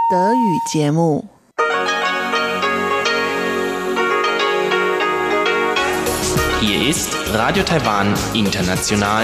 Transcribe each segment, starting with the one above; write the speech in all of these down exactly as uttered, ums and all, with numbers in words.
Hier ist Radio Taiwan International.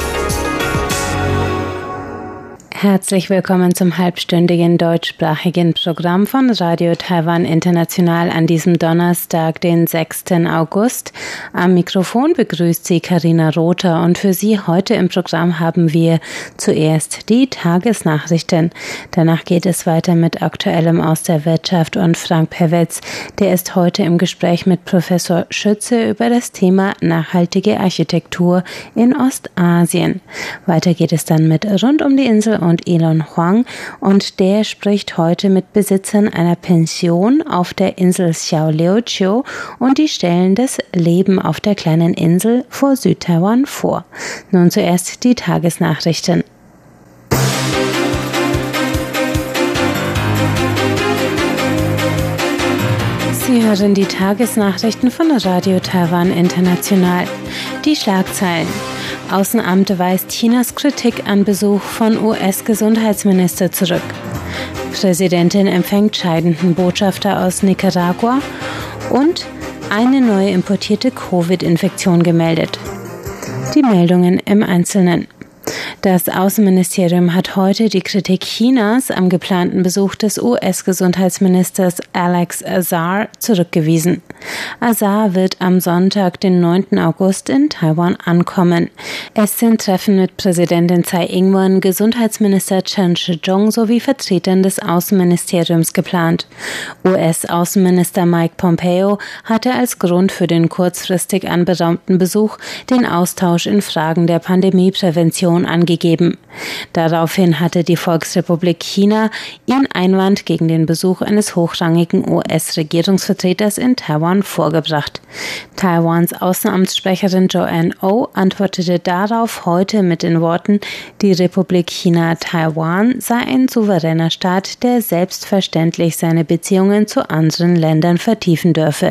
Herzlich willkommen zum halbstündigen deutschsprachigen Programm von Radio Taiwan International an diesem Donnerstag, den sechsten August. Am Mikrofon begrüßt Sie Carina Rother und für Sie heute im Programm haben wir zuerst die Tagesnachrichten. Danach geht es weiter mit Aktuellem aus der Wirtschaft und Frank Perwetz, der ist heute im Gespräch mit Professor Schütze über das Thema nachhaltige Architektur in Ostasien. Weiter geht es dann mit Rund um die Insel und Elon Huang und der spricht heute mit Besitzern einer Pension auf der Insel Xiaoliuqiu und die stellen das Leben auf der kleinen Insel vor Südtaiwan vor. Nun zuerst die Tagesnachrichten. Sie hören die Tagesnachrichten von Radio Taiwan International. Die Schlagzeilen. Außenamt weist Chinas Kritik an Besuch von U S-Gesundheitsminister zurück. Präsidentin empfängt scheidenden Botschafter aus Nicaragua und eine neue importierte Covid-Infektion gemeldet. Die Meldungen im Einzelnen. Das Außenministerium hat heute die Kritik Chinas am geplanten Besuch des U S-Gesundheitsministers Alex Azar zurückgewiesen. Azar wird am Sonntag, den neunten August, in Taiwan ankommen. Es sind Treffen mit Präsidentin Tsai Ing-wen, Gesundheitsminister Chen Shih-chung sowie Vertretern des Außenministeriums geplant. U S-Außenminister Mike Pompeo hatte als Grund für den kurzfristig anberaumten Besuch den Austausch in Fragen der Pandemieprävention angegeben. Daraufhin hatte die Volksrepublik China ihren Einwand gegen den Besuch eines hochrangigen U S-Regierungsvertreters in Taiwan vorgebracht. Taiwans Außenamtssprecherin Joanne Oh antwortete darauf heute mit den Worten, die Republik China-Taiwan sei ein souveräner Staat, der selbstverständlich seine Beziehungen zu anderen Ländern vertiefen dürfe.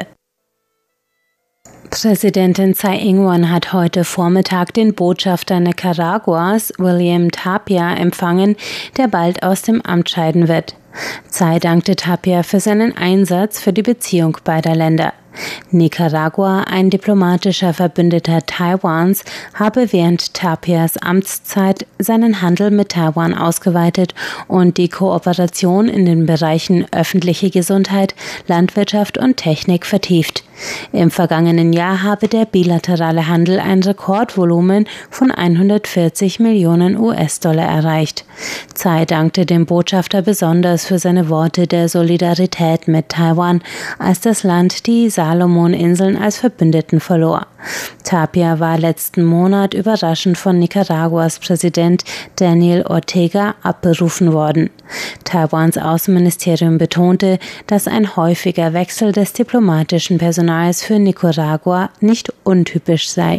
Präsidentin Tsai Ing-wen hat heute Vormittag den Botschafter Nicaraguas, William Tapia, empfangen, der bald aus dem Amt scheiden wird. Tsai dankte Tapia für seinen Einsatz für die Beziehung beider Länder. Nicaragua, ein diplomatischer Verbündeter Taiwans, habe während Tapias Amtszeit seinen Handel mit Taiwan ausgeweitet und die Kooperation in den Bereichen öffentliche Gesundheit, Landwirtschaft und Technik vertieft. Im vergangenen Jahr habe der bilaterale Handel ein Rekordvolumen von hundertvierzig Millionen U S-Dollar erreicht. Tsai dankte dem Botschafter besonders für seine Worte der Solidarität mit Taiwan, als das Land die Salomoninseln als Verbündeten verlor. Tapia war letzten Monat überraschend von Nicaraguas Präsident Daniel Ortega abberufen worden. Taiwans Außenministerium betonte, dass ein häufiger Wechsel des diplomatischen Personals für Nicaragua nicht untypisch sei.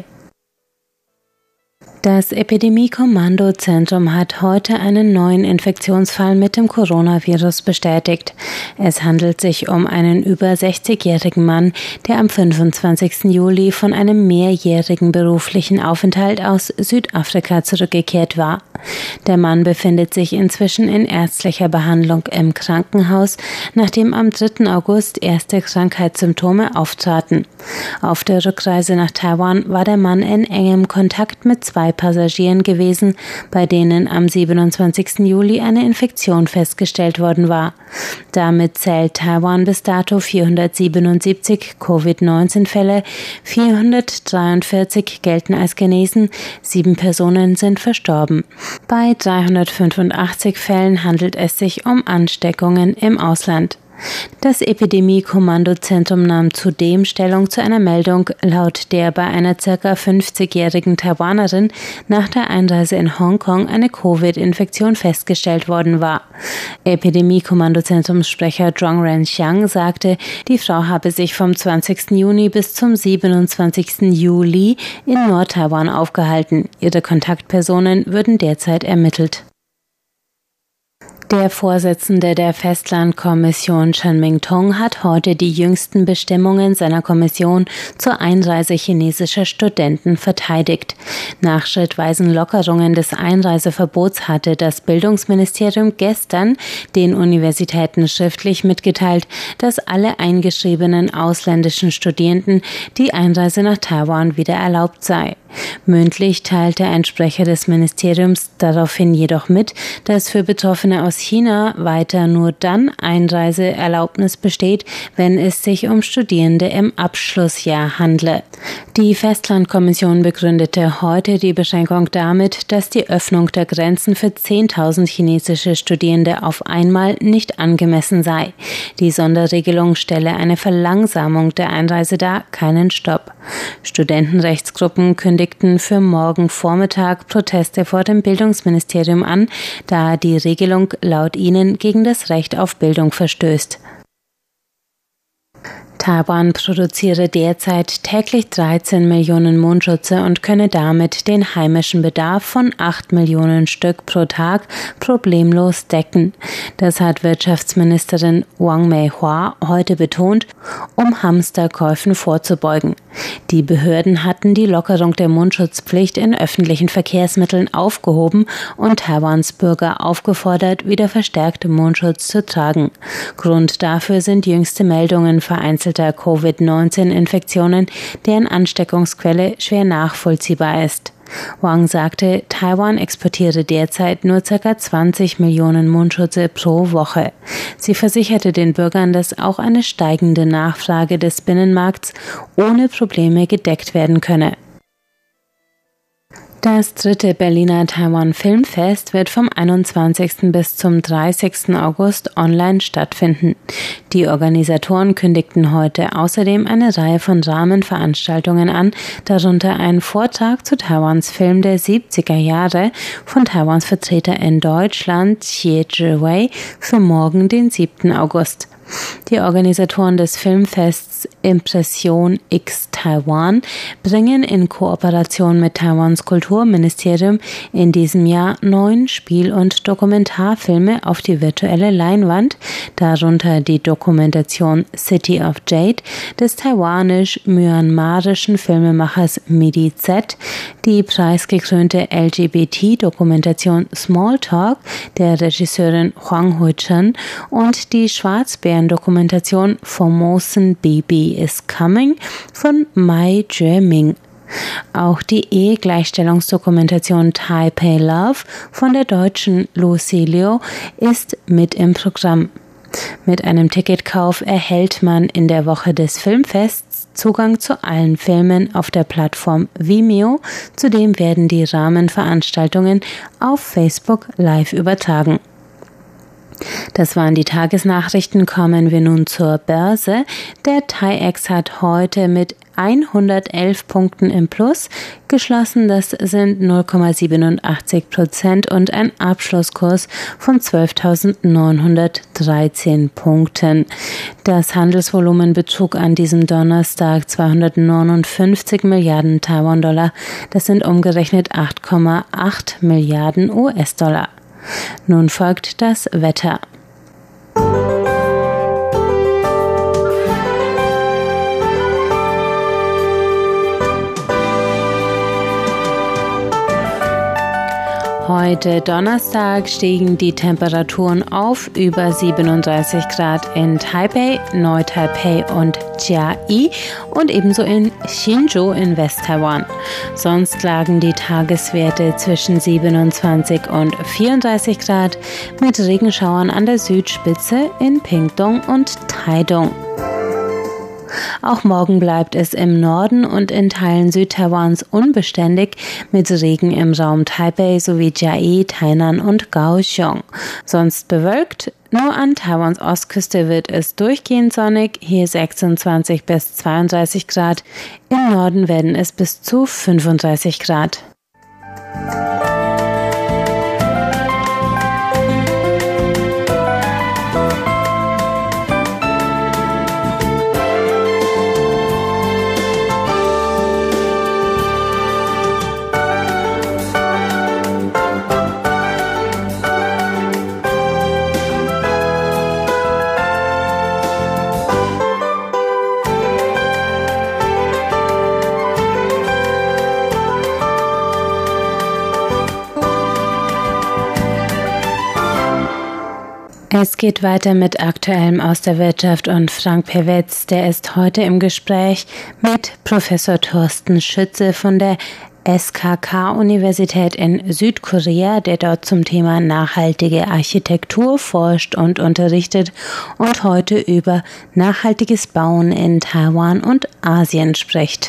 Das Epidemie-Kommandozentrum hat heute einen neuen Infektionsfall mit dem Coronavirus bestätigt. Es handelt sich um einen über sechzigjährigen Mann, der am fünfundzwanzigsten Juli von einem mehrjährigen beruflichen Aufenthalt aus Südafrika zurückgekehrt war. Der Mann befindet sich inzwischen in ärztlicher Behandlung im Krankenhaus, nachdem am dritten August erste Krankheitssymptome auftraten. Auf der Rückreise nach Taiwan war der Mann in engem Kontakt mit zwei Passagieren gewesen, bei denen am siebenundzwanzigsten Juli eine Infektion festgestellt worden war. Damit zählt Taiwan bis dato vierhundertsiebenundsiebzig Covid neunzehn Fälle, vierhundertdreiundvierzig gelten als genesen, sieben Personen sind verstorben. Bei dreihundertfünfundachtzig Fällen handelt es sich um Ansteckungen im Ausland. Das Epidemie-Kommandozentrum nahm zudem Stellung zu einer Meldung, laut der bei einer ca. fünfzigjährigen Taiwanerin nach der Einreise in Hongkong eine Covid-Infektion festgestellt worden war. Epidemie-Kommandozentrumssprecher Zhuang Renxiang sagte, die Frau habe sich vom zwanzigsten Juni bis zum siebenundzwanzigsten Juli in Nord-Taiwan aufgehalten. Ihre Kontaktpersonen würden derzeit ermittelt. Der Vorsitzende der Festlandkommission Chen Mingtong hat heute die jüngsten Bestimmungen seiner Kommission zur Einreise chinesischer Studenten verteidigt. Nach schrittweisen Lockerungen des Einreiseverbots hatte das Bildungsministerium gestern den Universitäten schriftlich mitgeteilt, dass alle eingeschriebenen ausländischen Studierenden die Einreise nach Taiwan wieder erlaubt sei. Mündlich teilte ein Sprecher des Ministeriums daraufhin jedoch mit, dass für Betroffene aus China weiter nur dann Einreiseerlaubnis besteht, wenn es sich um Studierende im Abschlussjahr handle. Die Festlandkommission begründete heute die Beschränkung damit, dass die Öffnung der Grenzen für zehntausend chinesische Studierende auf einmal nicht angemessen sei. Die Sonderregelung stelle eine Verlangsamung der Einreise dar, keinen Stopp. Studentenrechtsgruppen kündigten für morgen Vormittag Proteste vor dem Bildungsministerium an, da die Regelung laut ihnen gegen das Recht auf Bildung verstößt. Taiwan produziere derzeit täglich dreizehn Millionen Mundschutze und könne damit den heimischen Bedarf von acht Millionen Stück pro Tag problemlos decken. Das hat Wirtschaftsministerin Wang Meihua heute betont, um Hamsterkäufen vorzubeugen. Die Behörden hatten die Lockerung der Mundschutzpflicht in öffentlichen Verkehrsmitteln aufgehoben und Taiwans Bürger aufgefordert, wieder verstärkt Mundschutz zu tragen. Grund dafür sind jüngste Meldungen vereinzelter Covid neunzehn Infektionen, deren Ansteckungsquelle schwer nachvollziehbar ist. Wang sagte, Taiwan exportiere derzeit nur ca. zwanzig Millionen Mundschutze pro Woche. Sie versicherte den Bürgern, dass auch eine steigende Nachfrage des Binnenmarkts ohne Probleme gedeckt werden könne. Das dritte Berliner Taiwan Filmfest wird vom einundzwanzigsten bis zum dreißigsten August online stattfinden. Die Organisatoren kündigten heute außerdem eine Reihe von Rahmenveranstaltungen an, darunter einen Vortrag zu Taiwans Film der siebziger Jahre von Taiwans Vertreter in Deutschland, Xie Zhiwei, für morgen, den siebten August. Die Organisatoren des Filmfests Impression X Taiwan bringen in Kooperation mit Taiwans Kulturministerium in diesem Jahr neun Spiel- und Dokumentarfilme auf die virtuelle Leinwand, darunter die Dokumentation City of Jade des taiwanisch-myanmarischen Filmemachers Midi Z, die preisgekrönte L G B T-Dokumentation Small Talk der Regisseurin Huang Hui-chen und die Schwarzbären-Dokumentation Formosan Baby is Coming von Mai Jue-Ming. Auch die Ehe-Gleichstellungsdokumentation Taipei Love von der deutschen Lucy Liu ist mit im Programm. Mit einem Ticketkauf erhält man in der Woche des Filmfests Zugang zu allen Filmen auf der Plattform Vimeo. Zudem werden die Rahmenveranstaltungen auf Facebook live übertragen. Das waren die Tagesnachrichten. Kommen wir nun zur Börse. Der T A I E X hat heute mit hundertelf Punkten im Plus geschlossen. Das sind null Komma siebenundachtzig Prozent und ein Abschlusskurs von zwölftausendneunhundertdreizehn Punkten. Das Handelsvolumen betrug an diesem Donnerstag zweihundertneunundfünfzig Milliarden Taiwan-Dollar. Das sind umgerechnet acht Komma acht Milliarden U S-Dollar. Nun folgt das Wetter. Heute Donnerstag stiegen die Temperaturen auf über siebenunddreißig Grad in Taipei, Neu-Taipei und Chiayi und ebenso in Hsinchu in West-Taiwan. Sonst lagen die Tageswerte zwischen siebenundzwanzig und vierunddreißig Grad mit Regenschauern an der Südspitze in Pingtung und Taidong. Auch morgen bleibt es im Norden und in Teilen Südtaiwans unbeständig mit Regen im Raum Taipei sowie Chiayi, Tainan und Kaohsiung. Sonst bewölkt. Nur an Taiwans Ostküste wird es durchgehend sonnig, hier sechsundzwanzig bis zweiunddreißig Grad. Im Norden werden es bis zu fünfunddreißig Grad. Es geht weiter mit Aktuellem aus der Wirtschaft und Frank Pewitz, der ist heute im Gespräch mit Professor Thorsten Schütze von der S K K-Universität in Südkorea, der dort zum Thema nachhaltige Architektur forscht und unterrichtet und heute über nachhaltiges Bauen in Taiwan und Asien spricht.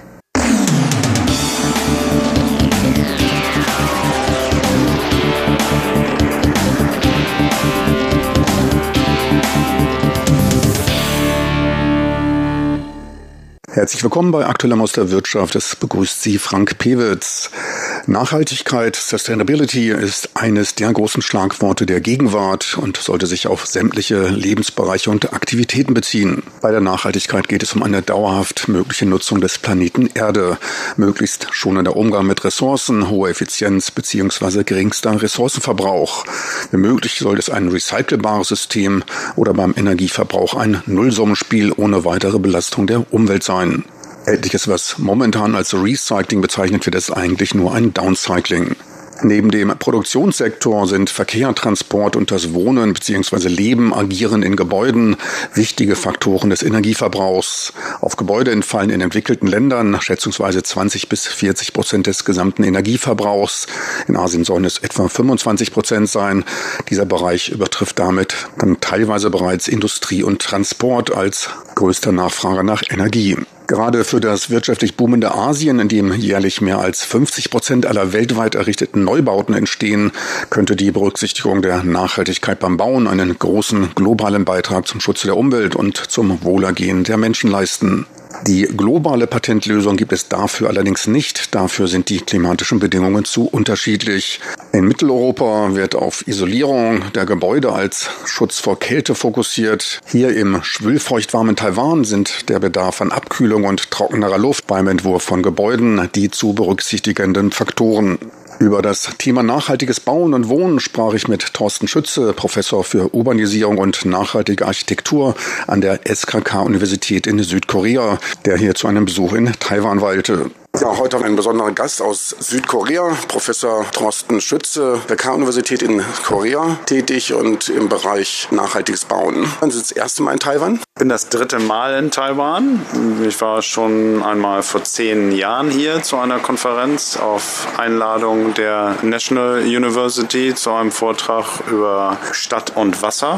Herzlich willkommen bei Aktuellem aus der Wirtschaft. Es begrüßt Sie Frank Pewitz. Nachhaltigkeit, Sustainability, ist eines der großen Schlagworte der Gegenwart und sollte sich auf sämtliche Lebensbereiche und Aktivitäten beziehen. Bei der Nachhaltigkeit geht es um eine dauerhaft mögliche Nutzung des Planeten Erde, möglichst schonender Umgang mit Ressourcen, hohe Effizienz bzw. geringster Ressourcenverbrauch. Wenn möglich soll es ein recycelbares System oder beim Energieverbrauch ein Nullsummenspiel ohne weitere Belastung der Umwelt sein. Etliches, was momentan als Recycling bezeichnet wird, ist eigentlich nur ein Downcycling. Neben dem Produktionssektor sind Verkehr, Transport und das Wohnen bzw. Leben, Agieren in Gebäuden wichtige Faktoren des Energieverbrauchs. Auf Gebäude entfallen in entwickelten Ländern schätzungsweise zwanzig bis vierzig Prozent des gesamten Energieverbrauchs. In Asien sollen es etwa fünfundzwanzig Prozent sein. Dieser Bereich übertrifft damit dann teilweise bereits Industrie und Transport als größter Nachfrager nach Energie. Gerade für das wirtschaftlich boomende Asien, in dem jährlich mehr als fünfzig Prozent aller weltweit errichteten Neubauten entstehen, könnte die Berücksichtigung der Nachhaltigkeit beim Bauen einen großen globalen Beitrag zum Schutz der Umwelt und zum Wohlergehen der Menschen leisten. Die globale Patentlösung gibt es dafür allerdings nicht. Dafür sind die klimatischen Bedingungen zu unterschiedlich. In Mitteleuropa wird auf Isolierung der Gebäude als Schutz vor Kälte fokussiert. Hier im schwülfeuchtwarmen Taiwan sind der Bedarf an Abkühlung und trockenerer Luft beim Entwurf von Gebäuden die zu berücksichtigenden Faktoren. Über das Thema nachhaltiges Bauen und Wohnen sprach ich mit Thorsten Schütze, Professor für Urbanisierung und nachhaltige Architektur an der S K K-Universität in Südkorea, der hier zu einem Besuch in Taiwan weilte. Ja, heute ein besonderer Gast aus Südkorea, Professor Thorsten Schütze, der K-Universität in Korea tätig und im Bereich nachhaltiges Bauen. Sind Sie das erste Mal in Taiwan? Ich bin das dritte Mal in Taiwan. Ich war schon einmal vor zehn Jahren hier zu einer Konferenz auf Einladung der National University zu einem Vortrag über Stadt und Wasser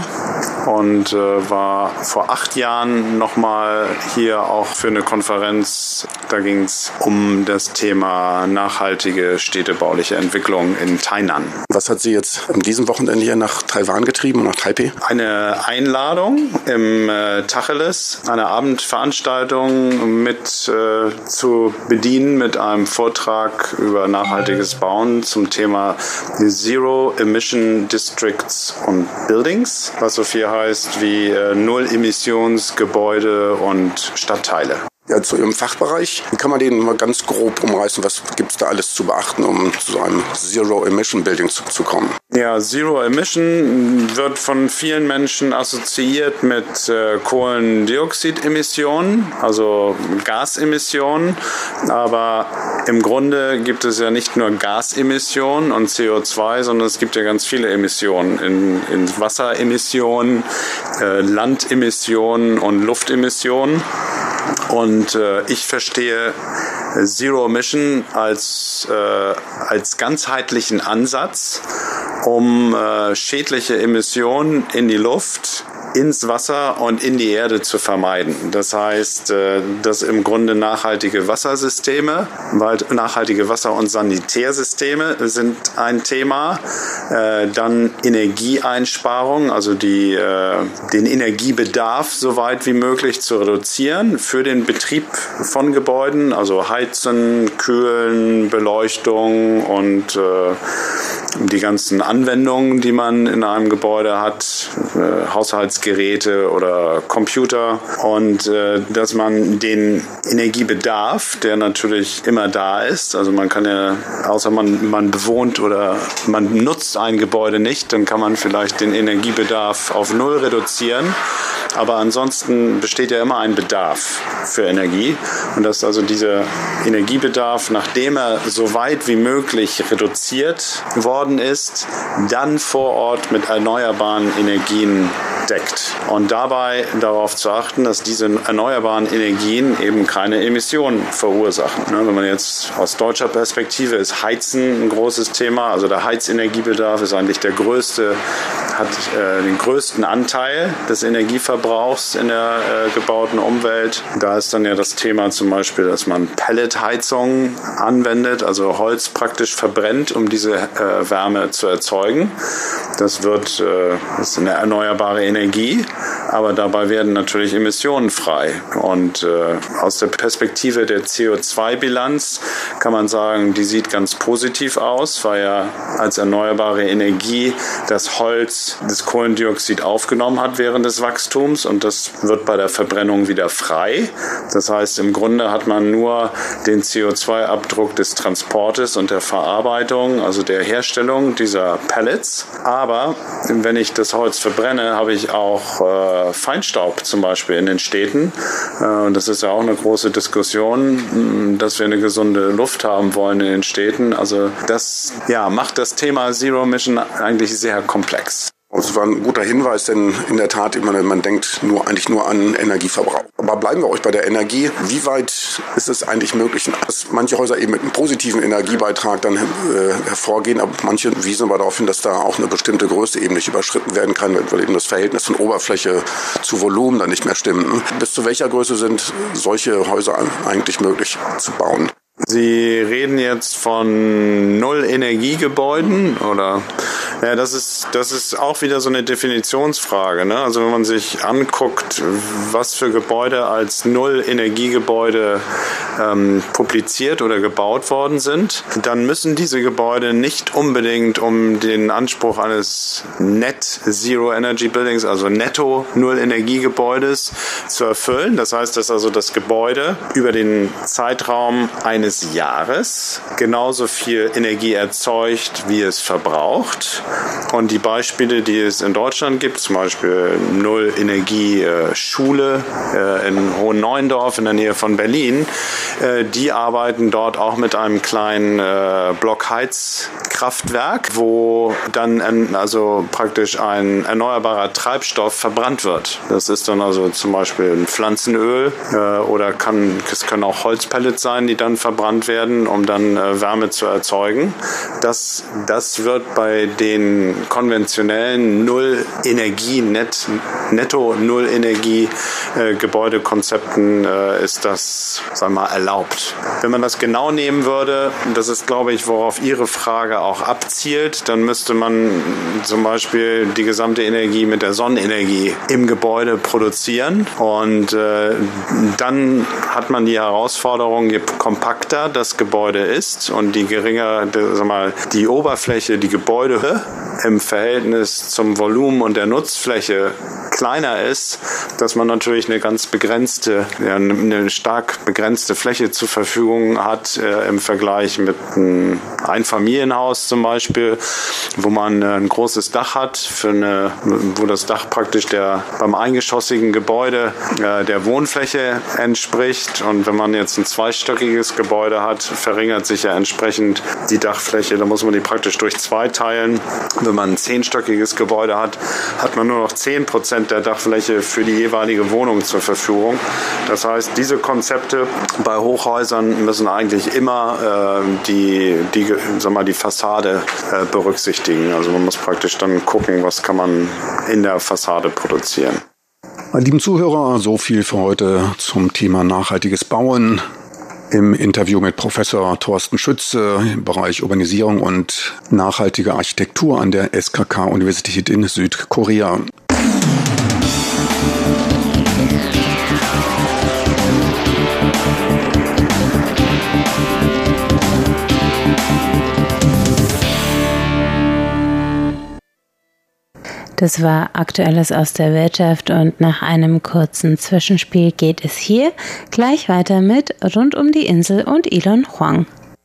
und äh, war vor acht Jahren nochmal hier auch für eine Konferenz. Da ging es um das Thema nachhaltige städtebauliche Entwicklung in Tainan. Was hat Sie jetzt an diesem Wochenende hier nach Taiwan getrieben, nach Taipei? Eine Einladung im äh, Tacheles, eine Abendveranstaltung mit äh, zu bedienen mit einem Vortrag über nachhaltiges Bauen zum Thema Zero Emission Districts und Buildings, was so viel heißt wie äh, Null-Emissionsgebäude und Stadtteile. Ja, zu Ihrem Fachbereich. Wie kann man den mal ganz grob umreißen? Was gibt es da alles zu beachten, um zu so einem Zero-Emission-Building zu, zu kommen? Ja, Zero Emission wird von vielen Menschen assoziiert mit äh, Kohlendioxidemissionen, also Gasemissionen. Aber im Grunde gibt es ja nicht nur Gasemissionen und C O zwei, sondern es gibt ja ganz viele Emissionen. In, in Wasseremissionen, äh, Landemissionen und Luftemissionen. Und äh, ich verstehe Zero Emission als, äh, als ganzheitlichen Ansatz, um äh, schädliche Emissionen in die Luft, ins Wasser und in die Erde zu vermeiden. Das heißt, äh, dass im Grunde nachhaltige Wassersysteme, weil nachhaltige Wasser- und Sanitärsysteme sind ein Thema. Äh, dann Energieeinsparung, also die, äh, den Energiebedarf so weit wie möglich zu reduzieren für den Betrieb von Gebäuden, also Heizen, Kühlen, Beleuchtung und äh, die ganzen Anwendungen, die man in einem Gebäude hat, äh, Haushaltsgeräte oder Computer und äh, dass man den Energiebedarf, der natürlich immer da ist, also man kann ja, außer man, man bewohnt oder man nutzt ein Gebäude nicht, dann kann man vielleicht den Energiebedarf auf Null reduzieren. Aber ansonsten besteht ja immer ein Bedarf für Energie. Und dass also dieser Energiebedarf, nachdem er so weit wie möglich reduziert worden ist, dann vor Ort mit erneuerbaren Energien deckt. Und dabei darauf zu achten, dass diese erneuerbaren Energien eben keine Emissionen verursachen. Wenn man jetzt aus deutscher Perspektive ist Heizen ein großes Thema. Also der Heizenergiebedarf ist eigentlich der größte, hat äh, den größten Anteil des Energieverbrauchs in der äh, gebauten Umwelt. Da ist dann ja das Thema zum Beispiel, dass man Pelletheizungen anwendet, also Holz praktisch verbrennt, um diese äh, Wärme zu erzeugen. Das wird, äh, das ist eine erneuerbare Energie, aber dabei werden natürlich Emissionen frei. Und äh, aus der Perspektive der C O zwei Bilanz kann man sagen, die sieht ganz positiv aus, weil ja als erneuerbare Energie das Holz das Kohlendioxid aufgenommen hat während des Wachstums und das wird bei der Verbrennung wieder frei. Das heißt, im Grunde hat man nur den C O zwei Abdruck des Transportes und der Verarbeitung, also der Herstellung dieser Pellets. Aber wenn ich das Holz verbrenne, habe ich auch äh, Feinstaub zum Beispiel in den Städten. Äh, und das ist ja auch eine große Diskussion, dass wir eine gesunde Luft haben wollen in den Städten. Also das ja, macht das Thema Zero Emission eigentlich sehr komplex. Das war ein guter Hinweis, denn in der Tat, man, man denkt nur, eigentlich nur an Energieverbrauch. Aber bleiben wir euch bei der Energie. Wie weit ist es eigentlich möglich, dass manche Häuser eben mit einem positiven Energiebeitrag dann äh, hervorgehen, aber manche wiesen aber darauf hin, dass da auch eine bestimmte Größe eben nicht überschritten werden kann, weil eben das Verhältnis von Oberfläche zu Volumen dann nicht mehr stimmt. Bis zu welcher Größe sind solche Häuser eigentlich möglich zu bauen? Sie reden jetzt von Null-Energiegebäuden oder? Ja, das ist, das ist auch wieder so eine Definitionsfrage, ne? Also wenn man sich anguckt, was für Gebäude als Null-Energiegebäude ähm, publiziert oder gebaut worden sind, dann müssen diese Gebäude nicht unbedingt um den Anspruch eines Net Zero Energy Buildings, also Netto Null-Energiegebäudes zu erfüllen. Das heißt, dass also das Gebäude über den Zeitraum eines Jahres genauso viel Energie erzeugt, wie es verbraucht. Und die Beispiele, die es in Deutschland gibt, zum Beispiel Null-Energie-Schule äh, in Hohen-Neuendorf in der Nähe von Berlin, äh, die arbeiten dort auch mit einem kleinen äh, Blockheizkraftwerk, wo dann ein, also praktisch ein erneuerbarer Treibstoff verbrannt wird. Das ist dann also zum Beispiel ein Pflanzenöl äh, oder kann, es können auch Holzpellets sein, die dann verbrannt werden, um dann äh, Wärme zu erzeugen. Das, das wird bei den konventionellen Null-Energie, Net, Netto-Null-Energie-Gebäudekonzepten äh, ist das, sagen wir mal, erlaubt. Wenn man das genau nehmen würde, das ist, glaube ich, worauf Ihre Frage auch abzielt, dann müsste man zum Beispiel die gesamte Energie mit der Sonnenenergie im Gebäude produzieren und äh, dann hat man die Herausforderung, je kompakter das Gebäude ist und die geringer, sag mal, die Oberfläche, die Gebäude im Verhältnis zum Volumen und der Nutzfläche kleiner ist, dass man natürlich eine ganz begrenzte, ja, eine stark begrenzte Fläche zur Verfügung hat äh, im Vergleich mit einem Einfamilienhaus zum Beispiel, wo man äh, ein großes Dach hat, für eine, wo das Dach praktisch der beim eingeschossigen Gebäude äh, der Wohnfläche entspricht. Und wenn man jetzt ein zweistöckiges Gebäude hat, verringert sich ja entsprechend die Dachfläche. Da muss man die praktisch durch zwei teilen. Wenn man ein zehnstöckiges Gebäude hat, hat man nur noch zehn Prozent der Dachfläche für die jeweilige Wohnung zur Verfügung. Das heißt, diese Konzepte bei Hochhäusern müssen eigentlich immer äh, die, die, sag mal, die Fassade äh, berücksichtigen. Also man muss praktisch dann gucken, was kann man in der Fassade produzieren. Meine lieben Zuhörer, so viel für heute zum Thema nachhaltiges Bauen. Im Interview mit Professor Thorsten Schütze im Bereich Urbanisierung und nachhaltige Architektur an der S K K-Universität in Südkorea. Das war Aktuelles aus der Wirtschaft und nach einem kurzen Zwischenspiel geht es hier gleich weiter mit Rund um die Insel und Elon Huang.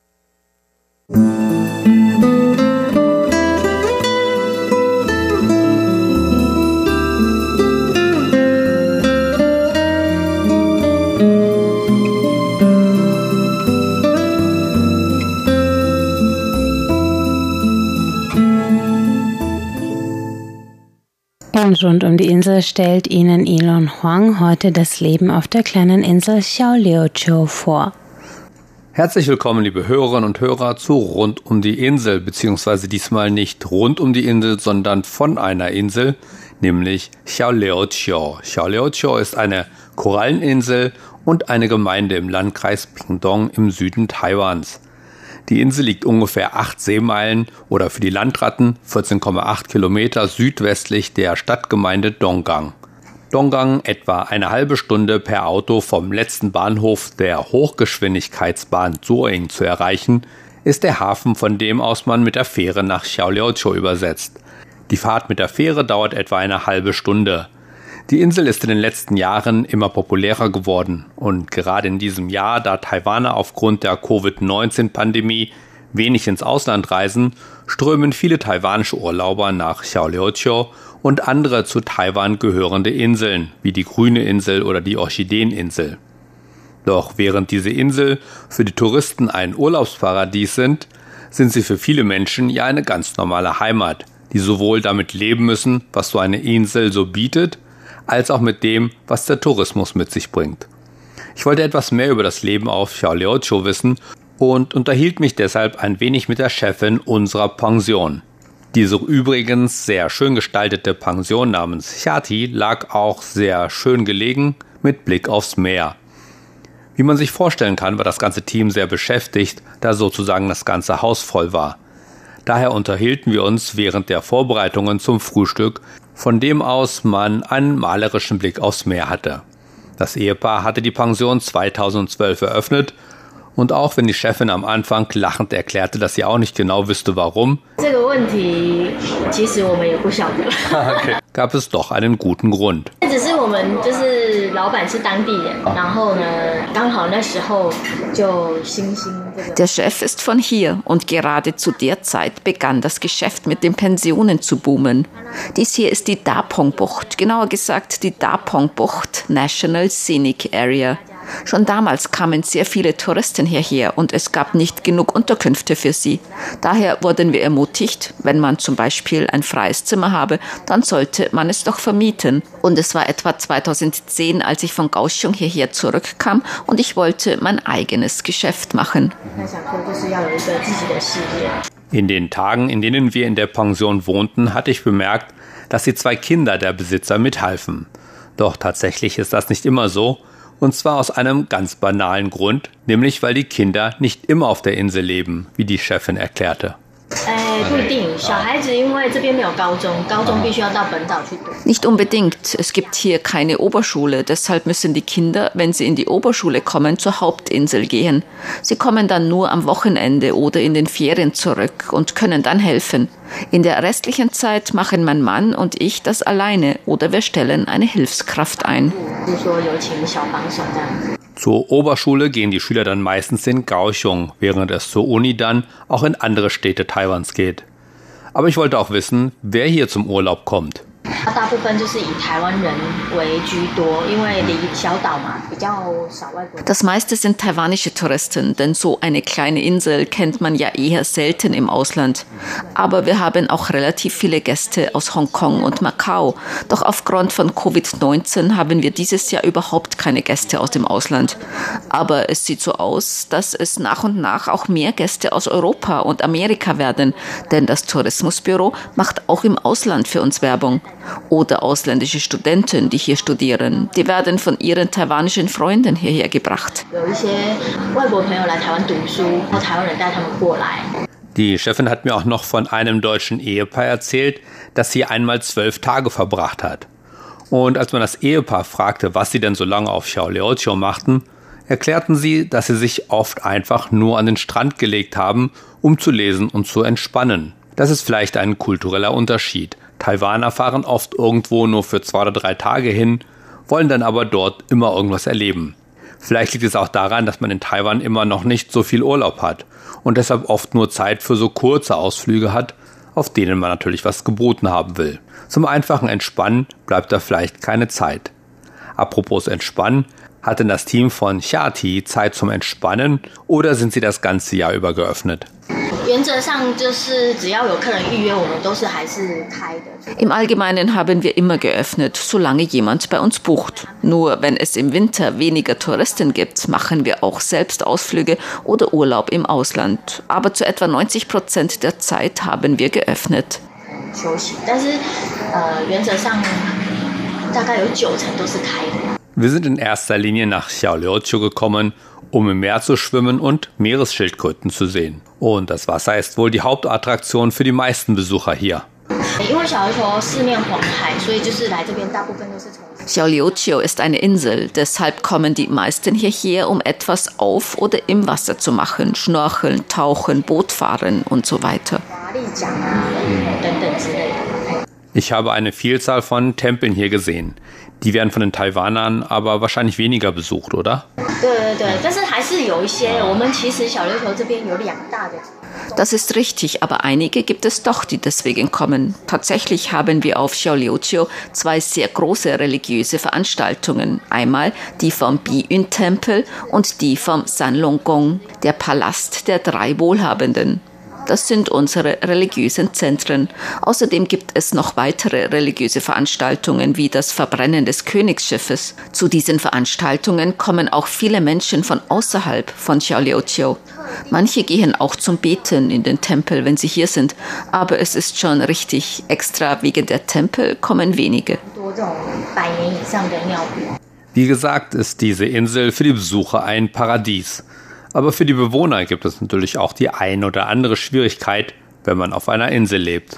Und rund um die Insel stellt Ihnen Elon Huang heute das Leben auf der kleinen Insel Xiaoliuqiu vor. Herzlich willkommen, liebe Hörerinnen und Hörer, zu Rund um die Insel, beziehungsweise diesmal nicht rund um die Insel, sondern von einer Insel, nämlich Xiaoliuqiu. Xiaoliuqiu ist eine Koralleninsel und eine Gemeinde im Landkreis Pingdong im Süden Taiwans. Die Insel liegt ungefähr acht Seemeilen oder für die Landratten vierzehn Komma acht Kilometer südwestlich der Stadtgemeinde Donggang. Donggang, etwa eine halbe Stunde per Auto vom letzten Bahnhof der Hochgeschwindigkeitsbahn Zuoying zu erreichen, ist der Hafen, von dem aus man mit der Fähre nach Xiaoliuqiu übersetzt. Die Fahrt mit der Fähre dauert etwa eine halbe Stunde. Die Insel ist in den letzten Jahren immer populärer geworden und gerade in diesem Jahr, da Taiwaner aufgrund der Covid neunzehn Pandemie wenig ins Ausland reisen, strömen viele taiwanische Urlauber nach Xiaoliuqiu und andere zu Taiwan gehörende Inseln, wie die Grüne Insel oder die Orchideeninsel. Doch während diese Insel für die Touristen ein Urlaubsparadies sind, sind sie für viele Menschen ja eine ganz normale Heimat, die sowohl damit leben müssen, was so eine Insel so bietet, als auch mit dem, was der Tourismus mit sich bringt. Ich wollte etwas mehr über das Leben auf Xiaoliuqiu wissen und unterhielt mich deshalb ein wenig mit der Chefin unserer Pension. Diese übrigens sehr schön gestaltete Pension namens Xiati lag auch sehr schön gelegen mit Blick aufs Meer. Wie man sich vorstellen kann, war das ganze Team sehr beschäftigt, da sozusagen das ganze Haus voll war. Daher unterhielten wir uns während der Vorbereitungen zum Frühstück, von dem aus man einen malerischen Blick aufs Meer hatte. Das Ehepaar hatte die Pension zweitausendzwölf eröffnet und auch wenn die Chefin am Anfang lachend erklärte, dass sie auch nicht genau wüsste, warum, okay, gab es doch einen guten Grund. Der Chef ist von hier und gerade zu der Zeit begann das Geschäft mit den Pensionen zu boomen. Dies hier ist die Dapong-Bucht, genauer gesagt die Dapong-Bucht National Scenic Area. Schon damals kamen sehr viele Touristen hierher und es gab nicht genug Unterkünfte für sie. Daher wurden wir ermutigt, wenn man zum Beispiel ein freies Zimmer habe, dann sollte man es doch vermieten. Und es war etwa zweitausendzehn, als ich von Kaohsiung hierher zurückkam und ich wollte mein eigenes Geschäft machen. In den Tagen, in denen wir in der Pension wohnten, hatte ich bemerkt, dass die zwei Kinder der Besitzer mithalfen. Doch tatsächlich ist das nicht immer so. Und zwar aus einem ganz banalen Grund, nämlich weil die Kinder nicht immer auf der Insel leben, wie die Chefin erklärte. Nicht unbedingt. Es gibt hier keine Oberschule. Deshalb müssen die Kinder, wenn sie in die Oberschule kommen, zur Hauptinsel gehen. Sie kommen dann nur am Wochenende oder in den Ferien zurück und können dann helfen. In der restlichen Zeit machen mein Mann und ich das alleine oder wir stellen eine Hilfskraft ein. Zur Oberschule gehen die Schüler dann meistens in Kaohsiung, während es zur Uni dann auch in andere Städte Taiwans geht. Aber ich wollte auch wissen, wer hier zum Urlaub kommt. Das meiste sind taiwanische Touristen, denn so eine kleine Insel kennt man ja eher selten im Ausland. Aber wir haben auch relativ viele Gäste aus Hongkong und Macau. Doch aufgrund von Covid neunzehn haben wir dieses Jahr überhaupt keine Gäste aus dem Ausland. Aber es sieht so aus, dass es nach und nach auch mehr Gäste aus Europa und Amerika werden, denn das Tourismusbüro macht auch im Ausland für uns Werbung. Oder ausländische Studenten, die hier studieren. Die werden von ihren taiwanischen Freunden hierher gebracht. Die Chefin hat mir auch noch von einem deutschen Ehepaar erzählt, das hier einmal zwölf Tage verbracht hat. Und als man das Ehepaar fragte, was sie denn so lange auf Xiaoliuqiu machten, erklärten sie, dass sie sich oft einfach nur an den Strand gelegt haben, um zu lesen und zu entspannen. Das ist vielleicht ein kultureller Unterschied. Taiwaner fahren oft irgendwo nur für zwei oder drei Tage hin, wollen dann aber dort immer irgendwas erleben. Vielleicht liegt es auch daran, dass man in Taiwan immer noch nicht so viel Urlaub hat und deshalb oft nur Zeit für so kurze Ausflüge hat, auf denen man natürlich was geboten haben will. Zum einfachen Entspannen bleibt da vielleicht keine Zeit. Apropos Entspannen, hat denn das Team von Xiati Zeit zum Entspannen oder sind sie das ganze Jahr über geöffnet? Im Allgemeinen haben wir immer geöffnet, solange jemand bei uns bucht. Nur wenn es im Winter weniger Touristen gibt, machen wir auch selbst Ausflüge oder Urlaub im Ausland. Aber zu etwa neunzig Prozent der Zeit haben wir geöffnet. Wir sind in erster Linie nach Xiaoliuqiu gekommen, um im Meer zu schwimmen und Meeresschildkröten zu sehen. Und das Wasser ist wohl die Hauptattraktion für die meisten Besucher hier. Xiaoliuqiu ist eine Insel, deshalb kommen die meisten hierher, um etwas auf oder im Wasser zu machen, schnorcheln, tauchen, Boot fahren und so weiter. Ich habe eine Vielzahl von Tempeln hier gesehen. Die werden von den Taiwanern aber wahrscheinlich weniger besucht, oder? Das ist richtig, aber einige gibt es doch, die deswegen kommen. Tatsächlich haben wir auf Xiaoliuqiu zwei sehr große religiöse Veranstaltungen. Einmal die vom Biyun-Tempel und die vom Sanlong-gong, der Palast der drei Wohlhabenden. Das sind unsere religiösen Zentren. Außerdem gibt es noch weitere religiöse Veranstaltungen wie das Verbrennen des Königsschiffes. Zu diesen Veranstaltungen kommen auch viele Menschen von außerhalb von Xiaoliuqiu. Manche gehen auch zum Beten in den Tempel, wenn sie hier sind. Aber es ist schon richtig, extra wegen der Tempel kommen wenige. Wie gesagt, ist diese Insel für die Besucher ein Paradies. Aber für die Bewohner gibt es natürlich auch die ein oder andere Schwierigkeit, wenn man auf einer Insel lebt.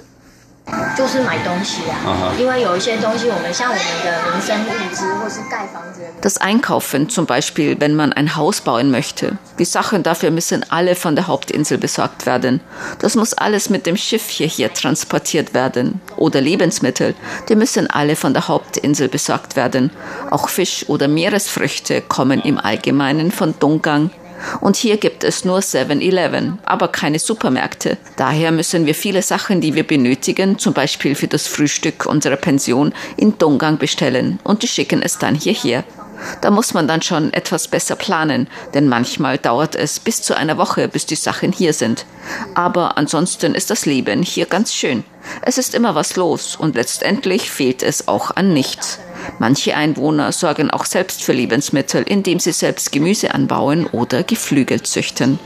Das Einkaufen zum Beispiel, wenn man ein Haus bauen möchte. Die Sachen dafür müssen alle von der Hauptinsel besorgt werden. Das muss alles mit dem Schiff hierher transportiert werden. Oder Lebensmittel, die müssen alle von der Hauptinsel besorgt werden. Auch Fisch oder Meeresfrüchte kommen im Allgemeinen von Donggang. Und hier gibt es nur seven eleven, aber keine Supermärkte. Daher müssen wir viele Sachen, die wir benötigen, zum Beispiel für das Frühstück unserer Pension, in Donggang bestellen und die schicken es dann hierher. Da muss man dann schon etwas besser planen, denn manchmal dauert es bis zu einer Woche, bis die Sachen hier sind. Aber ansonsten ist das Leben hier ganz schön. Es ist immer was los und letztendlich fehlt es auch an nichts. Manche Einwohner sorgen auch selbst für Lebensmittel, indem sie selbst Gemüse anbauen oder Geflügel züchten.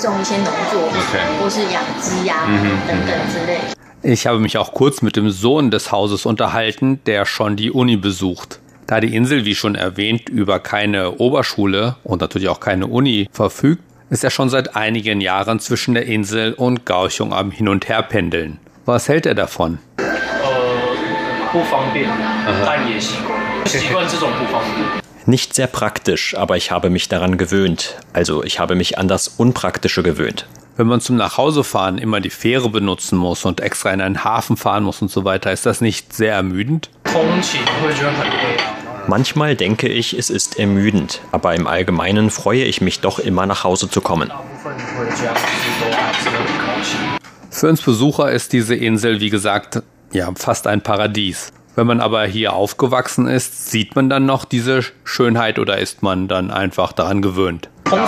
Ich habe mich auch kurz mit dem Sohn des Hauses unterhalten, der schon die Uni besucht. Da die Insel, wie schon erwähnt, über keine Oberschule und natürlich auch keine Uni verfügt, ist er schon seit einigen Jahren zwischen der Insel und Kaohsiung am Hin- und Herpendeln. Was hält er davon? Nicht sehr praktisch, aber ich habe mich daran gewöhnt. Also ich habe mich an das Unpraktische gewöhnt. Wenn man zum Nachhausefahren immer die Fähre benutzen muss und extra in einen Hafen fahren muss und so weiter, ist das nicht sehr ermüdend? Manchmal denke ich, es ist ermüdend, aber im Allgemeinen freue ich mich doch immer nach Hause zu kommen. Für uns Besucher ist diese Insel, wie gesagt, ja, fast ein Paradies. Wenn man aber hier aufgewachsen ist, sieht man dann noch diese Schönheit oder ist man dann einfach daran gewöhnt?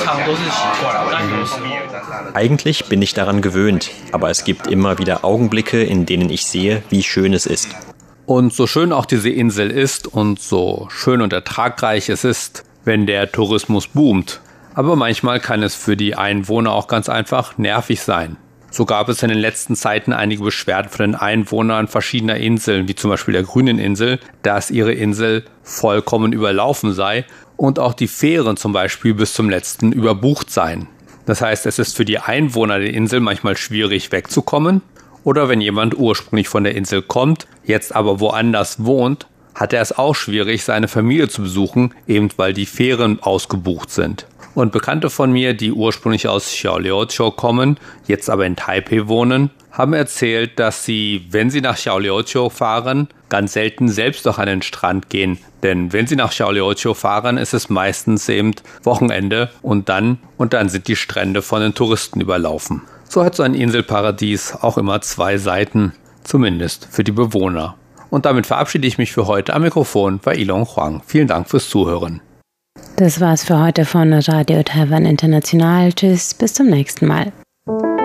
Eigentlich bin ich daran gewöhnt, aber es gibt immer wieder Augenblicke, in denen ich sehe, wie schön es ist. Und so schön auch diese Insel ist und so schön und ertragreich es ist, wenn der Tourismus boomt. Aber manchmal kann es für die Einwohner auch ganz einfach nervig sein. So gab es in den letzten Zeiten einige Beschwerden von den Einwohnern verschiedener Inseln, wie zum Beispiel der Grünen Insel, dass ihre Insel vollkommen überlaufen sei und auch die Fähren zum Beispiel bis zum letzten überbucht seien. Das heißt, es ist für die Einwohner der Insel manchmal schwierig wegzukommen. Oder wenn jemand ursprünglich von der Insel kommt, jetzt aber woanders wohnt, hat er es auch schwierig, seine Familie zu besuchen, eben weil die Fähren ausgebucht sind. Und Bekannte von mir, die ursprünglich aus Xiaoliuqiu kommen, jetzt aber in Taipei wohnen, haben erzählt, dass sie, wenn sie nach Xiaoliuqiu fahren, ganz selten selbst doch an den Strand gehen. Denn wenn sie nach Xiaoliuqiu fahren, ist es meistens eben Wochenende und dann, und dann sind die Strände von den Touristen überlaufen. So hat so ein Inselparadies auch immer zwei Seiten, zumindest für die Bewohner. Und damit verabschiede ich mich für heute. Am Mikrofon war Ilon Huang. Vielen Dank fürs Zuhören. Das war's für heute von Radio Taiwan International. Tschüss, bis zum nächsten Mal.